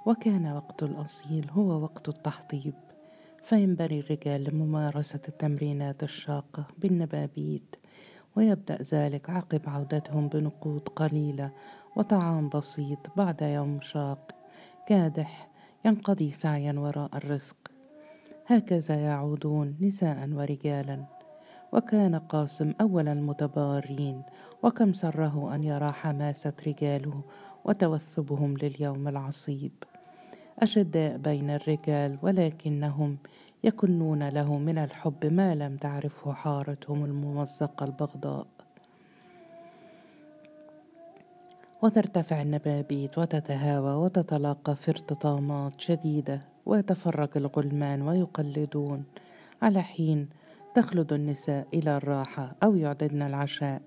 وكان وقت الأصيل هو وقت التحطيب، فينبري الرجال لممارسة التمرينات الشاقة بالنبابيت، ويبدأ ذلك عقب عودتهم بنقود قليلة وطعام بسيط بعد يوم شاق كادح ينقضي سعيا وراء الرزق. هكذا يعودون نساء ورجالا. وكان قاسم أول المتبارين، وكم سره أن يرى حماسة رجاله وتوثبهم لليوم العصيب. أشداء بين الرجال، ولكنهم يكنون له من الحب ما لم تعرفه حارتهم الممزقة البغضاء. وترتفع النبابيت وتتهاوى وتتلاقى في ارتطامات شديدة، ويتفرج الغلمان ويقلدون. على حين تخلد النساء إلى الراحة أو يعددن العشاء،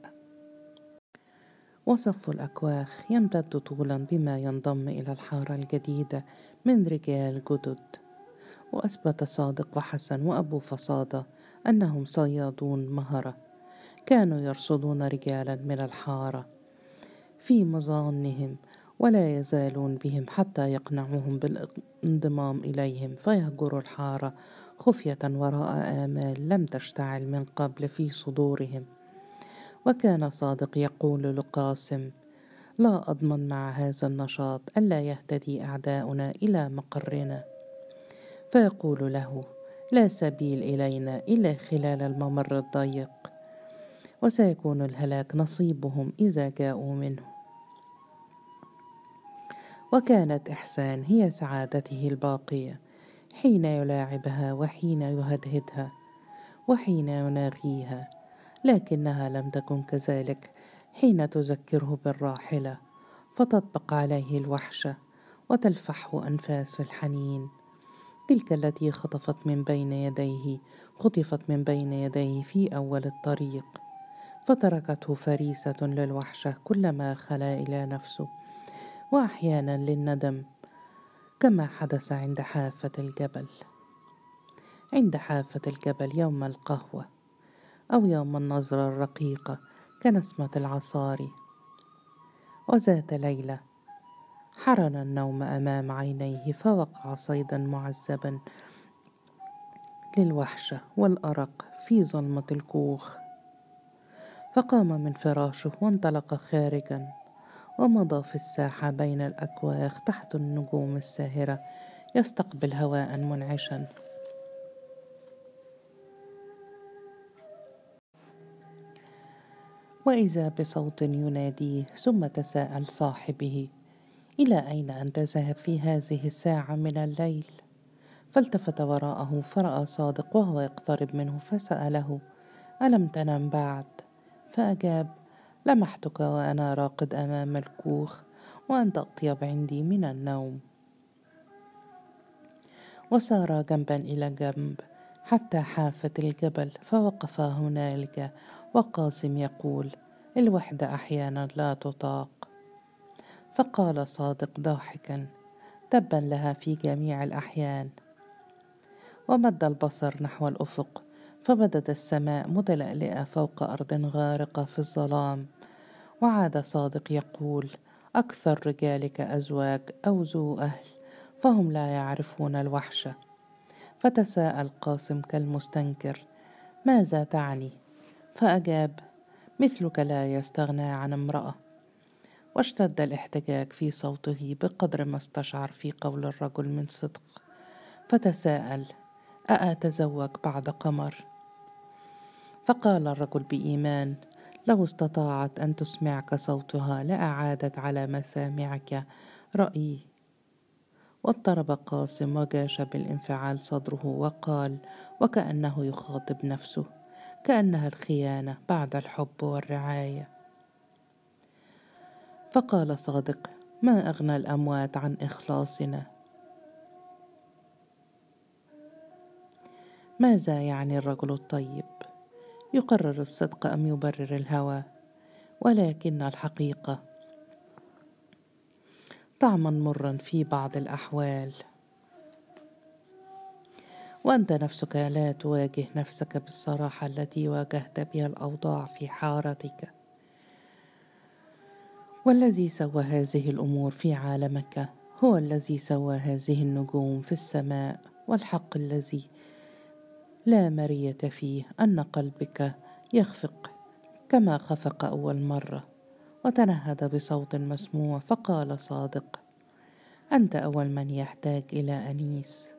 وصف الأكواخ يمتد طولا بما ينضم إلى الحارة الجديدة من رجال جدد. وأثبت صادق وحسن وأبو فصادة أنهم صيادون مهرة، كانوا يرصدون رجالا من الحارة في مظانهم، ولا يزالون بهم حتى يقنعوهم بالانضمام إليهم، فيهجروا الحارة خفية وراء آمال لم تشتعل من قبل في صدورهم. وكان صادق يقول لقاسم: لا أضمن مع هذا النشاط ألا يهتدي أعداؤنا إلى مقرنا. فيقول له: لا سبيل إلينا إلا خلال الممر الضيق، وسيكون الهلاك نصيبهم إذا جاءوا منه. وكانت إحسان هي سعادته الباقية، حين يلاعبها وحين يهدهدها وحين يناغيها، لكنها لم تكن كذلك حين تذكره بالراحلة، فتطبق عليه الوحشة وتلفحه أنفاس الحنين، تلك التي خطفت من بين يديه في أول الطريق، فتركته فريسة للوحشة كلما خلا إلى نفسه، وأحيانا للندم، كما حدث عند حافة الجبل يوم القهوة، أو يوم النظرة الرقيقة كنسمة العصاري. وذات ليلة حرن النوم أمام عينيه، فوقع صيدا معذبا للوحشة والأرق في ظلمة الكوخ، فقام من فراشه وانطلق خارجا، ومضى في الساحة بين الأكواخ تحت النجوم الساهرة يستقبل هواء منعشا. وإذا بصوت يناديه، ثم تساءل صاحبه: إلى أين أنت ذاهب في هذه الساعة من الليل؟ فالتفت وراءه فرأى صادق وهو يقترب منه، فسأله: ألم تنم بعد؟ فأجاب: لمحتك وأنا راقد أمام الكوخ، وأنت أطيب عندي من النوم. وسارا جنبا إلى جنب حتى حافة الجبل، فوقفا هنالك وقاسم يقول: الوحدة أحيانا لا تطاق. فقال صادق ضاحكا: تبا لها في جميع الأحيان. ومد البصر نحو الأفق، فبدت السماء متلألئة فوق أرض غارقة في الظلام. وعاد صادق يقول: أكثر رجالك أزواج أو ذو أهل، فهم لا يعرفون الوحشة. فتساءل قاسم كالمستنكر: ماذا تعني؟ فأجاب: مثلك لا يستغنى عن امرأة. واشتد الاحتجاج في صوته بقدر ما استشعر في قول الرجل من صدق، فتساءل: أأتزوج بعد قمر؟ فقال الرجل بإيمان: لو استطاعت أن تسمعك صوتها لأعادت على مسامعك رأيي. واضطرب قاسم وجاش بالانفعال صدره، وقال وكأنه يخاطب نفسه: كأنها الخيانة بعد الحب والرعاية. فقال صادق: ما أغنى الأموات عن إخلاصنا؟ ماذا يعني الرجل الطيب؟ يقرر الصدق أم يبرر الهوى؟ ولكن الحقيقة طعما مرا في بعض الأحوال، وأنت نفسك لا تواجه نفسك بالصراحة التي واجهت بها الأوضاع في حارتك. والذي سوى هذه الأمور في عالمك هو الذي سوى هذه النجوم في السماء، والحق الذي لا مرية فيه أن قلبك يخفق كما خفق أول مرة. وتنهد بصوت مسموع فقال صادق: أنت أول من يحتاج إلى أنيس.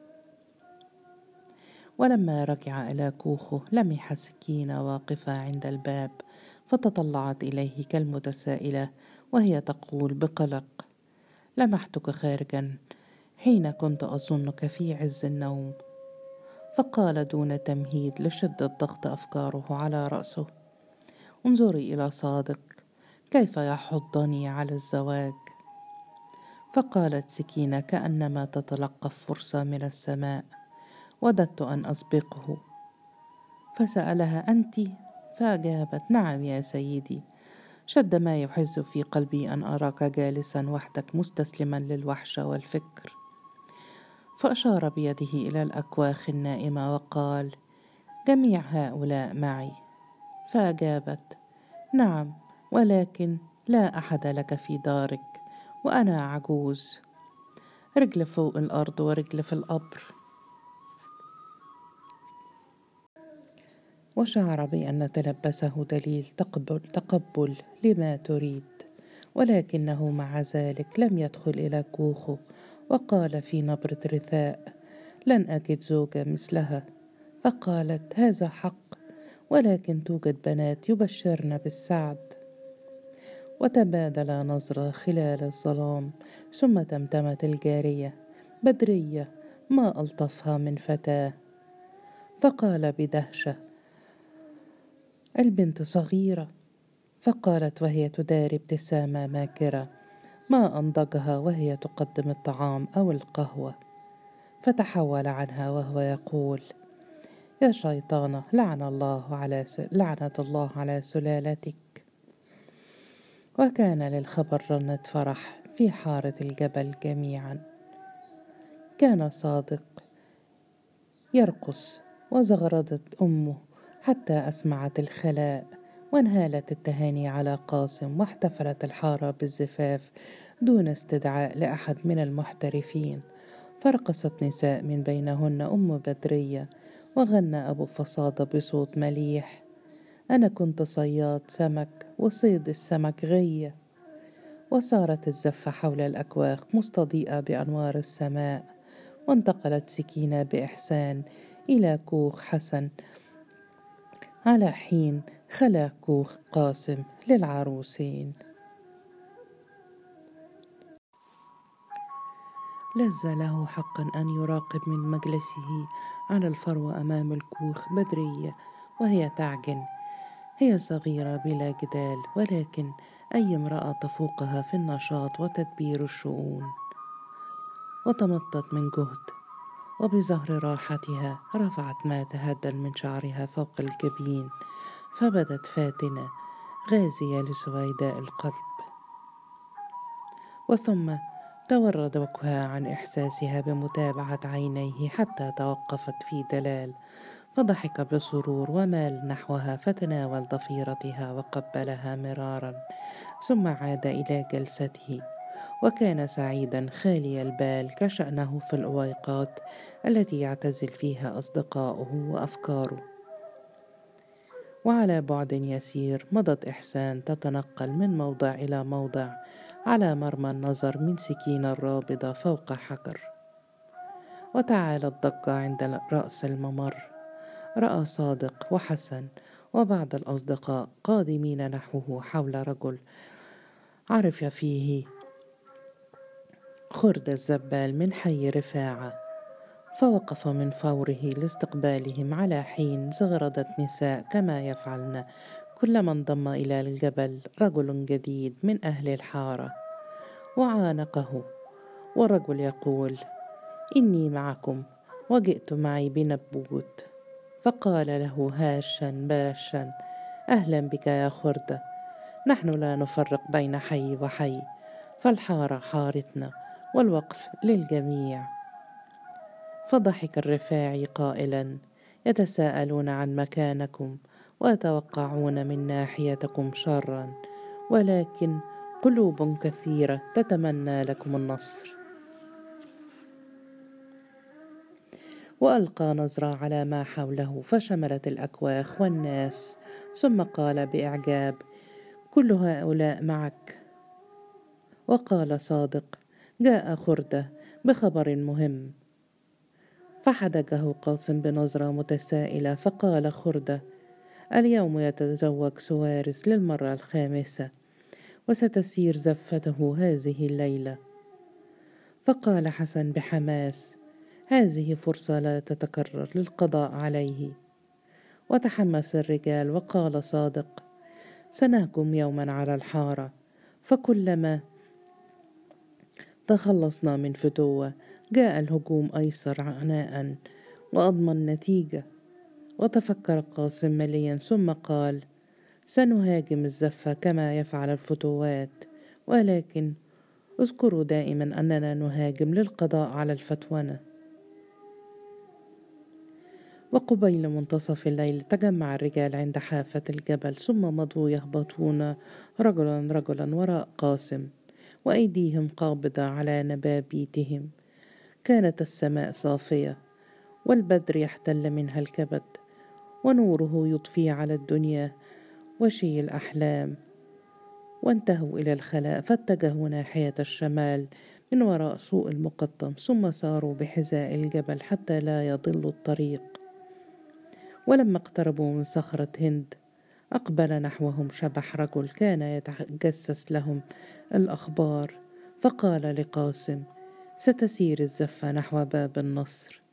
ولما رجع إلى كوخه لمح سكينة واقفة عند الباب، فتطلعت إليه كالمتسائلة وهي تقول بقلق: لمحتك خارجا حين كنت أظنك في عز النوم. فقال دون تمهيد لشدة ضغط أفكاره على رأسه: انظري إلى صادق كيف يحضني على الزواج. فقالت سكينة كأنما تتلقف فرصة من السماء: وددت أن أسبقه. فسألها: أنت؟ فأجابت: نعم يا سيدي. شد ما يحز في قلبي أن أراك جالسا وحدك مستسلما للوحشة والفكر. فأشار بيده إلى الأكواخ النائمة وقال: جميع هؤلاء معي. فأجابت: نعم، ولكن لا أحد لك في دارك، وأنا عجوز، رجل فوق الأرض ورجل في القبر. وشعر بأن تلبسه دليل تقبل لما تريد، ولكنه مع ذلك لم يدخل إلى كوخه، وقال في نبرة رثاء: لن أجد زوجة مثلها. فقالت: هذا حق، ولكن توجد بنات يبشرن بالسعد. وتبادلا نظرة خلال الظلام، ثم تمتمت الجارية: بدرية، ما ألطفها من فتاة. فقال بدهشة: البنت صغيرة. فقالت وهي تداري ابتسامة ماكرة: ما أنضجها وهي تقدم الطعام أو القهوة. فتحول عنها وهو يقول: يا شيطانة، لعنة الله على سلالتك. وكان للخبر رنة فرح في حارة الجبل جميعا. كان صادق يرقص، وزغردت أمه حتى أسمعت الخلاء، وانهالت التهاني على قاسم، واحتفلت الحارة بالزفاف دون استدعاء لأحد من المحترفين. فرقصت نساء من بينهن أم بدرية، وغنى أبو فصادة بصوت مليح: أنا كنت صياد سمك، وصيد السمك غية. وصارت الزفة حول الأكواخ مستضيئة بأنوار السماء. وانتقلت سكينة بإحسان إلى كوخ حسن، على حين خلا كوخ قاسم للعروسين. لز له حقا أن يراقب من مجلسه على الفروة أمام الكوخ بدرية وهي تعجن. هي صغيرة بلا جدال، ولكن أي امرأة تفوقها في النشاط وتدبير الشؤون. وتمطت من جهد، وبظهر راحتها رفعت ما تهدل من شعرها فوق الجبين، فبدت فاتنة غازية لسويداء القلب. وثم تورد وجهها عن إحساسها بمتابعة عينيه حتى توقفت في دلال، فضحك بسرور ومال نحوها فتناول ضفيرتها وقبلها مرارا، ثم عاد إلى جلسته. وكان سعيدا خالي البال كشأنه في الأويقات التي يعتزل فيها أصدقاؤه وأفكاره. وعلى بعد يسير مضت إحسان تتنقل من موضع إلى موضع على مرمى النظر من سكينة الرابضة فوق حجر. وتعالت ضجة عند رأس الممر. رأى صادق وحسن وبعض الأصدقاء قادمين نحوه حول رجل عرف فيه خرد الزبال من حي رفاعة، فوقف من فوره لاستقبالهم، على حين زغردت نساء كما يفعلن كلما انضم إلى الجبل رجل جديد من أهل الحارة، وعانقه، ورجل يقول: إني معكم، وجئت معي بنبوت. فقال له هاشا باشا: أهلا بك يا خردة، نحن لا نفرق بين حي وحي، فالحارة حارتنا والوقف للجميع. فضحك الرفاعي قائلا: يتساءلون عن مكانكم ويتوقعون من ناحيتكم شرا، ولكن قلوب كثيرة تتمنى لكم النصر. وألقى نظرة على ما حوله فشملت الأكواخ والناس، ثم قال بإعجاب: كل هؤلاء معك؟ وقال صادق: جاء خردة بخبر مهم. فحدقه قاسم بنظرة متسائلة، فقال خردة: اليوم يتزوج سوارس للمرة الخامسة، وستسير زفته هذه الليلة. فقال حسن بحماس: هذه فرصة لا تتكرر للقضاء عليه. وتحمس الرجال، وقال صادق: سنهجم يوما على الحارة، فكلما تخلصنا من فتوة جاء الهجوم أيسر عناء وأضمن نتيجة. وتفكر قاسم مليا ثم قال: سنهاجم الزفة كما يفعل الفتوات، ولكن اذكروا دائما أننا نهاجم للقضاء على الفتونة. وقبيل منتصف الليل تجمع الرجال عند حافة الجبل، ثم مضوا يهبطون رجلا رجلا وراء قاسم، وأيديهم قابضة على نبابيتهم. كانت السماء صافية، والبدر يحتل منها الكبد، ونوره يضفي على الدنيا وشي الأحلام. وانتهوا إلى الخلاء، فاتجهوا ناحية الشمال من وراء سوق المقطم، ثم ساروا بحذاء الجبل حتى لا يضلوا الطريق. ولما اقتربوا من صخرة هند أقبل نحوهم شبح رجل كان يتجسس لهم الأخبار، فقال لقاسم: ستسير الزفة نحو باب النصر.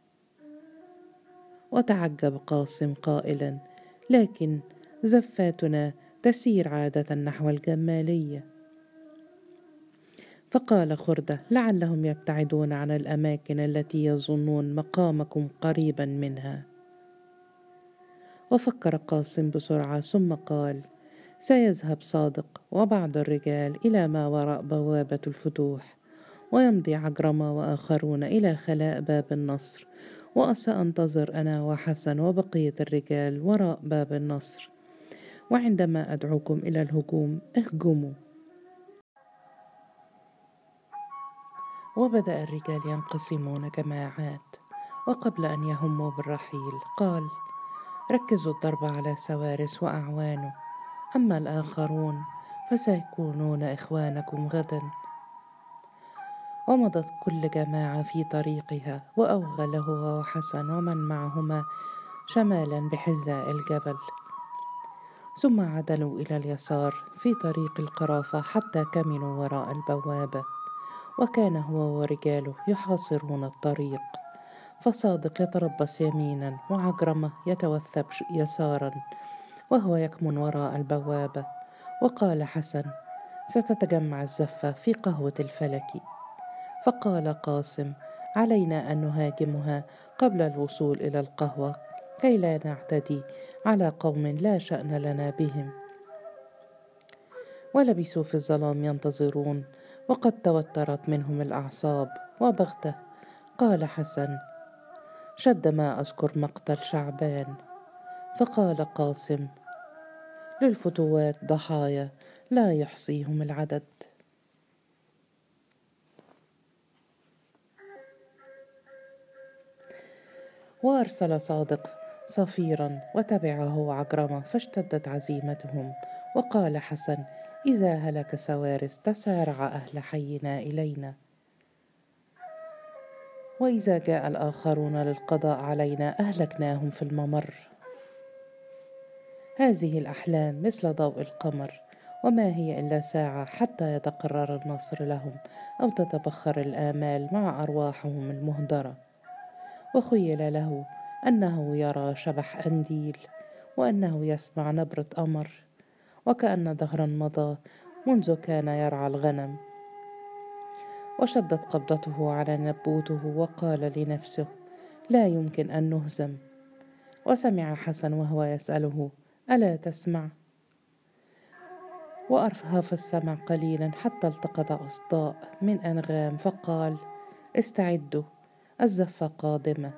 وتعجب قاسم قائلا: لكن زفاتنا تسير عادة نحو الجمالية. فقال خردة: لعلهم يبتعدون عن الأماكن التي يظنون مقامكم قريبا منها. وفكر قاسم بسرعة ثم قال: سيذهب صادق وبعض الرجال إلى ما وراء بوابة الفتوح، ويمضي عجرمة وآخرون إلى خلاء باب النصر، وسأنتظر أنا وحسن وبقية الرجال وراء باب النصر، وعندما أدعوكم إلى الهجوم اهجموا. وبدأ الرجال ينقسمون جماعات، وقبل أن يهموا بالرحيل قال: ركزوا الضرب على سوارس وأعوانه، أما الآخرون فسيكونون إخوانكم غدا. ومضت كل جماعة في طريقها، وأوغل هو وحسن ومن معهما شمالا بحذاء الجبل، ثم عدلوا إلى اليسار في طريق القرافة حتى كمنوا وراء البوابة. وكان هو ورجاله يحاصرون الطريق، فصادق يتربص يمينا، وعجرمة يتوثب يسارا، وهو يكمن وراء البوابة. وقال حسن: ستتجمع الزفة في قهوة الفلكي. فقال قاسم: علينا أن نهاجمها قبل الوصول إلى القهوة كي لا نعتدي على قوم لا شأن لنا بهم. ولبثوا في الظلام ينتظرون، وقد توترت منهم الأعصاب. وبغته قال حسن: شد ما أذكر مقتل شعبان. فقال قاسم: للفتوات ضحايا لا يحصيهم العدد. وأرسل صادق صفيرا وتبعه عجرمة، فاشتدت عزيمتهم. وقال حسن: إذا هلك سوارس تسارع أهل حينا إلينا، وإذا جاء الآخرون للقضاء علينا أهلكناهم في الممر. هذه الأحلام مثل ضوء القمر، وما هي إلا ساعة حتى يتقرر النصر لهم أو تتبخر الآمال مع أرواحهم المهدرة. وخيل له أنه يرى شبح أنديل، وأنه يسمع نبرة قمر، وكأن دهرا مضى منذ كان يرعى الغنم. وشدت قبضته على نبوته وقال لنفسه: لا يمكن أن نهزم. وسمع حسن وهو يسأله: ألا تسمع؟ وأرهف السمع قليلا حتى التقط أصداء من أنغام، فقال: استعدوا، الزفة قادمة.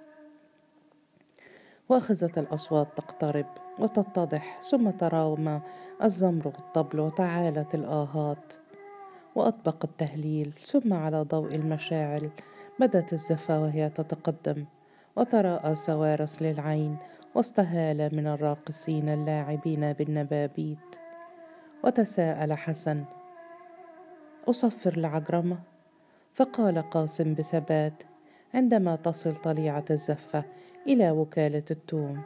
وأخذت الأصوات تقترب وتتضح، ثم تراوم الزمر والطبل، وتعالت الآهات وأطبق التهليل. ثم على ضوء المشاعل بدت الزفة وهي تتقدم، وتراءى سوارس للعين واستهال من الراقصين اللاعبين بالنبابيت. وتساءل حسن: أصفر العجرمة؟ فقال قاسم بثبات: عندما تصل طليعة الزفة إلى وكالة التوم.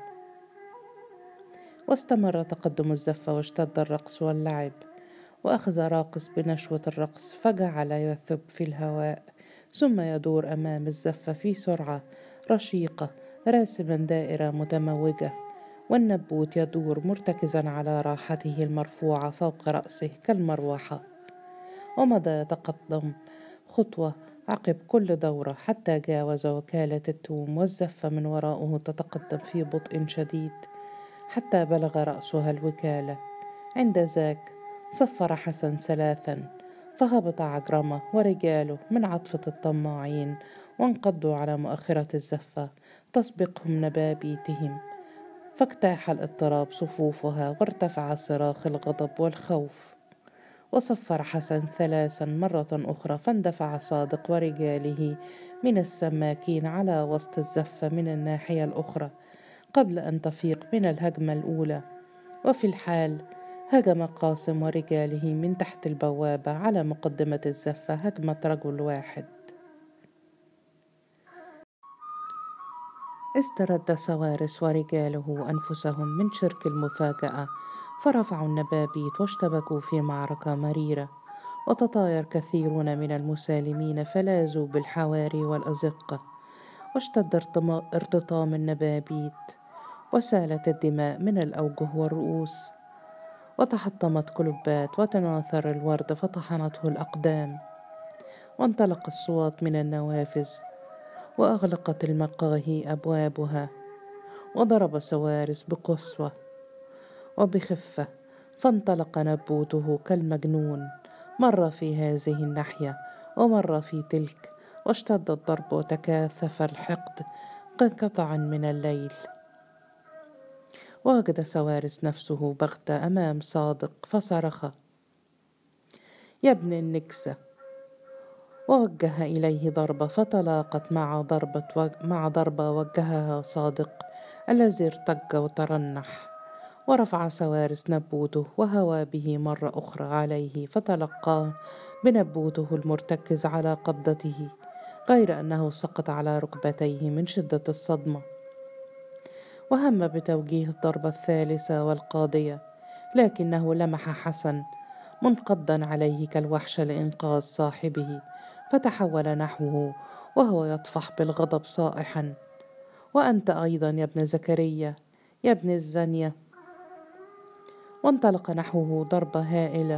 واستمر تقدم الزفة واشتد الرقص واللعب، وأخذ راقص بنشوة الرقص فجعل يثب في الهواء ثم يدور أمام الزفة في سرعة رشيقة راسما دائرة متموجة، والنبوت يدور مرتكزا على راحته المرفوعة فوق رأسه كالمروحة. ومضى يتقدم خطوة عقب كل دورة حتى جاوز وكالة التوم، والزفة من وراءه تتقدم في بطء شديد حتى بلغ رأسها الوكالة. عند ذاك صفر حسن ثلاثا، فهبط عجرمة ورجاله من عطفة الطماعين وانقضوا على مؤخرة الزفة تسبقهم نبابيتهم، فاجتاح الاضطراب صفوفها وارتفع صراخ الغضب والخوف. وصفر حسن ثلاثا مرة أخرى، فاندفع صادق ورجاله من السماكين على وسط الزفة من الناحية الأخرى قبل أن تفيق من الهجمة الأولى. وفي الحال هجم قاسم ورجاله من تحت البوابة على مقدمة الزفة هجمة رجل واحد. استرد سوارس ورجاله أنفسهم من شرك المفاجأة، فرفعوا النبابيت واشتبكوا في معركة مريرة، وتطاير كثيرون من المسالمين فلازوا بالحواري والأزقة، واشتد ارتطام النبابيت، وسالت الدماء من الأوجه والرؤوس، وتحطمت كلبات، وتناثر الورد فطحنته الأقدام، وانطلق الصوات من النوافذ، وأغلقت المقاهي أبوابها، وضرب سوارس بقسوة وبخفة، فانطلق نبوته كالمجنون، مر في هذه الناحية ومر في تلك، واشتد الضرب وتكاثف الحقد كقطع من الليل. ووجد سوارس نفسه بغتة أمام صادق فصرخ: يا ابن النكسة! ووجه إليه ضربة فتلاقت مع ضربة وجهها صادق الذي ارتج وترنح، ورفع سوارس نبوته وهوى به مرة أخرى عليه فتلقاه بنبوته المرتكز على قبضته، غير أنه سقط على ركبتيه من شدة الصدمة. وهم بتوجيه الضربة الثالثة والقاضية، لكنه لمح حسن منقضا عليه كالوحش لإنقاذ صاحبه، فتحول نحوه وهو يطفح بالغضب صائحا: وأنت أيضا يا ابن زكريا، يا ابن الزانية! وانطلق نحوه ضربة هائلة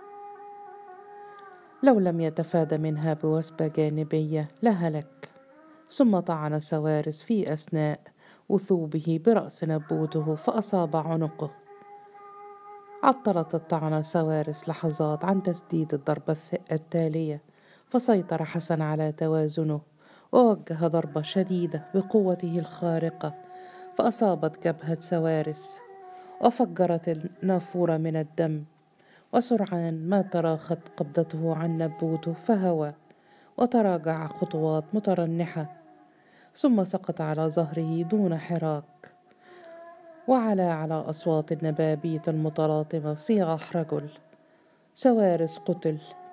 لو لم يتفادى منها بوثبة جانبية لهلك. ثم طعن سوارس في أثناء وثوبه برأس نبوته فأصاب عنقه. عطلت الطعنة سوارس لحظات عن تسديد الضربة التالية، فسيطر حسن على توازنه ووجه ضربة شديدة بقوته الخارقة فأصابت جبهة سوارس وفجرت النافورة من الدم، وسرعان ما تراخت قبضته عن نبوته فهوى وتراجع خطوات مترنحة، ثم سقط على ظهره دون حراك، وعلى أصوات النبابيت المتلاطمة صياح رجل: سوارس قتل!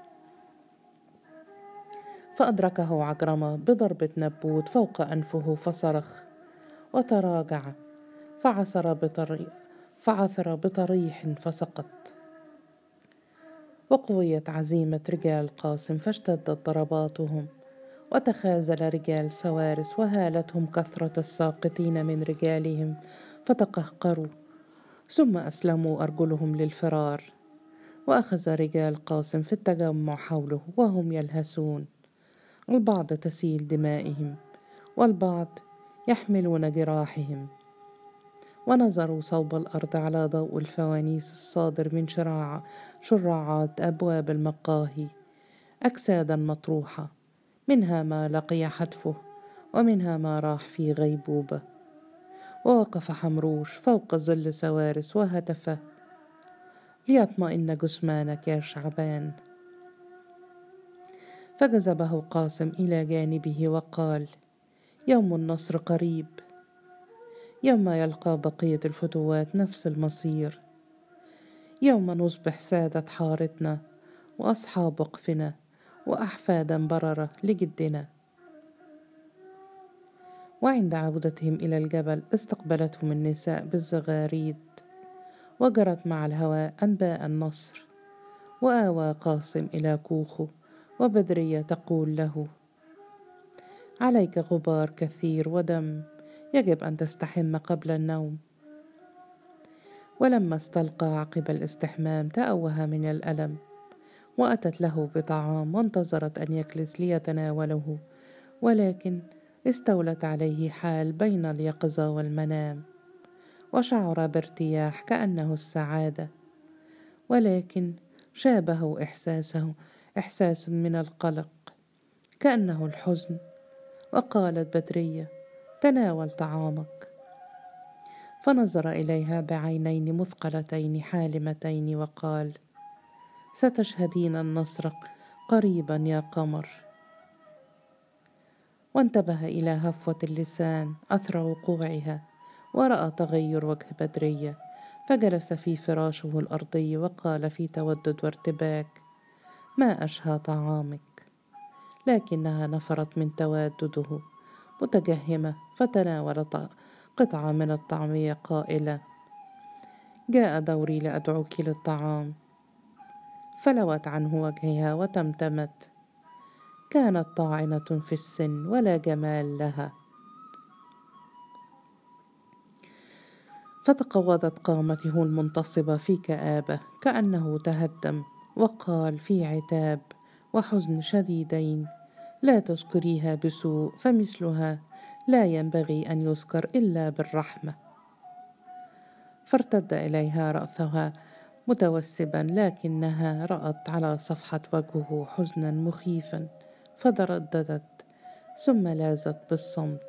فأدركه عجرمة بضربة نبوت فوق أنفه فصرخ وتراجع فعثر بطريح فسقط. وقويت عزيمة رجال قاسم فاشتدت ضرباتهم، وتخاذل رجال سوارس وهالتهم كثرة الساقطين من رجالهم فتقهقروا، ثم أسلموا أرجلهم للفرار. وأخذ رجال قاسم في التجمع حوله وهم يلهسون، البعض تسيل دمائهم والبعض يحملون جراحهم، ونظروا صوب الأرض على ضوء الفوانيس الصادر من شراعات أبواب المقاهي، أجسادا مطروحة، منها ما لقي حتفه ومنها ما راح في غيبوبة. ووقف حمروش فوق ظل سوارس وهتف: ليطمئن جثمانك يا شعبان. فجذبه قاسم إلى جانبه وقال: يوم النصر قريب، يوم يلقى بقية الفتوات نفس المصير، يوم نصبح سادة حارتنا وأصحاب وقفنا وأحفادا بررة لجدنا. وعند عودتهم إلى الجبل استقبلتهم النساء بالزغاريد، وجرت مع الهواء أنباء النصر. وآوى قاسم إلى كوخه، وبدرية تقول له: عليك غبار كثير ودم، يجب أن تستحم قبل النوم. ولما استلقى عقب الاستحمام تأوه من الألم، وأتت له بطعام وانتظرت أن يجلس ليتناوله، ولكن استولت عليه حال بين اليقظة والمنام، وشعر بارتياح كأنه السعادة، ولكن شابه إحساس من القلق كأنه الحزن. وقالت بدرية: تناول طعامك. فنظر إليها بعينين مثقلتين حالمتين وقال: ستشهدين النصر قريبا يا قمر. وانتبه إلى هفوة اللسان أثر وقوعها، ورأى تغير وجه بدرية، فجلس في فراشه الأرضي وقال في تودد وارتباك: ما أشهى طعامك. لكنها نفرت من تودده متجهمة، فتناولت قطعة من الطعمية قائلة: جاء دوري لأدعوك للطعام. فلوت عنه وجهها وتمتمت: كانت طاعنة في السن ولا جمال لها. فتقوضت قامته المنتصبة في كآبة كأنه تهدم، وقال في عتاب وحزن شديدين: لا تذكريها بسوء، فمثلها لا ينبغي أن يذكر إلا بالرحمة. فارتد إليها رأسها متوسبا، لكنها رأت على صفحة وجهه حزنا مخيفا، فترددت ثم لازت بالصمت.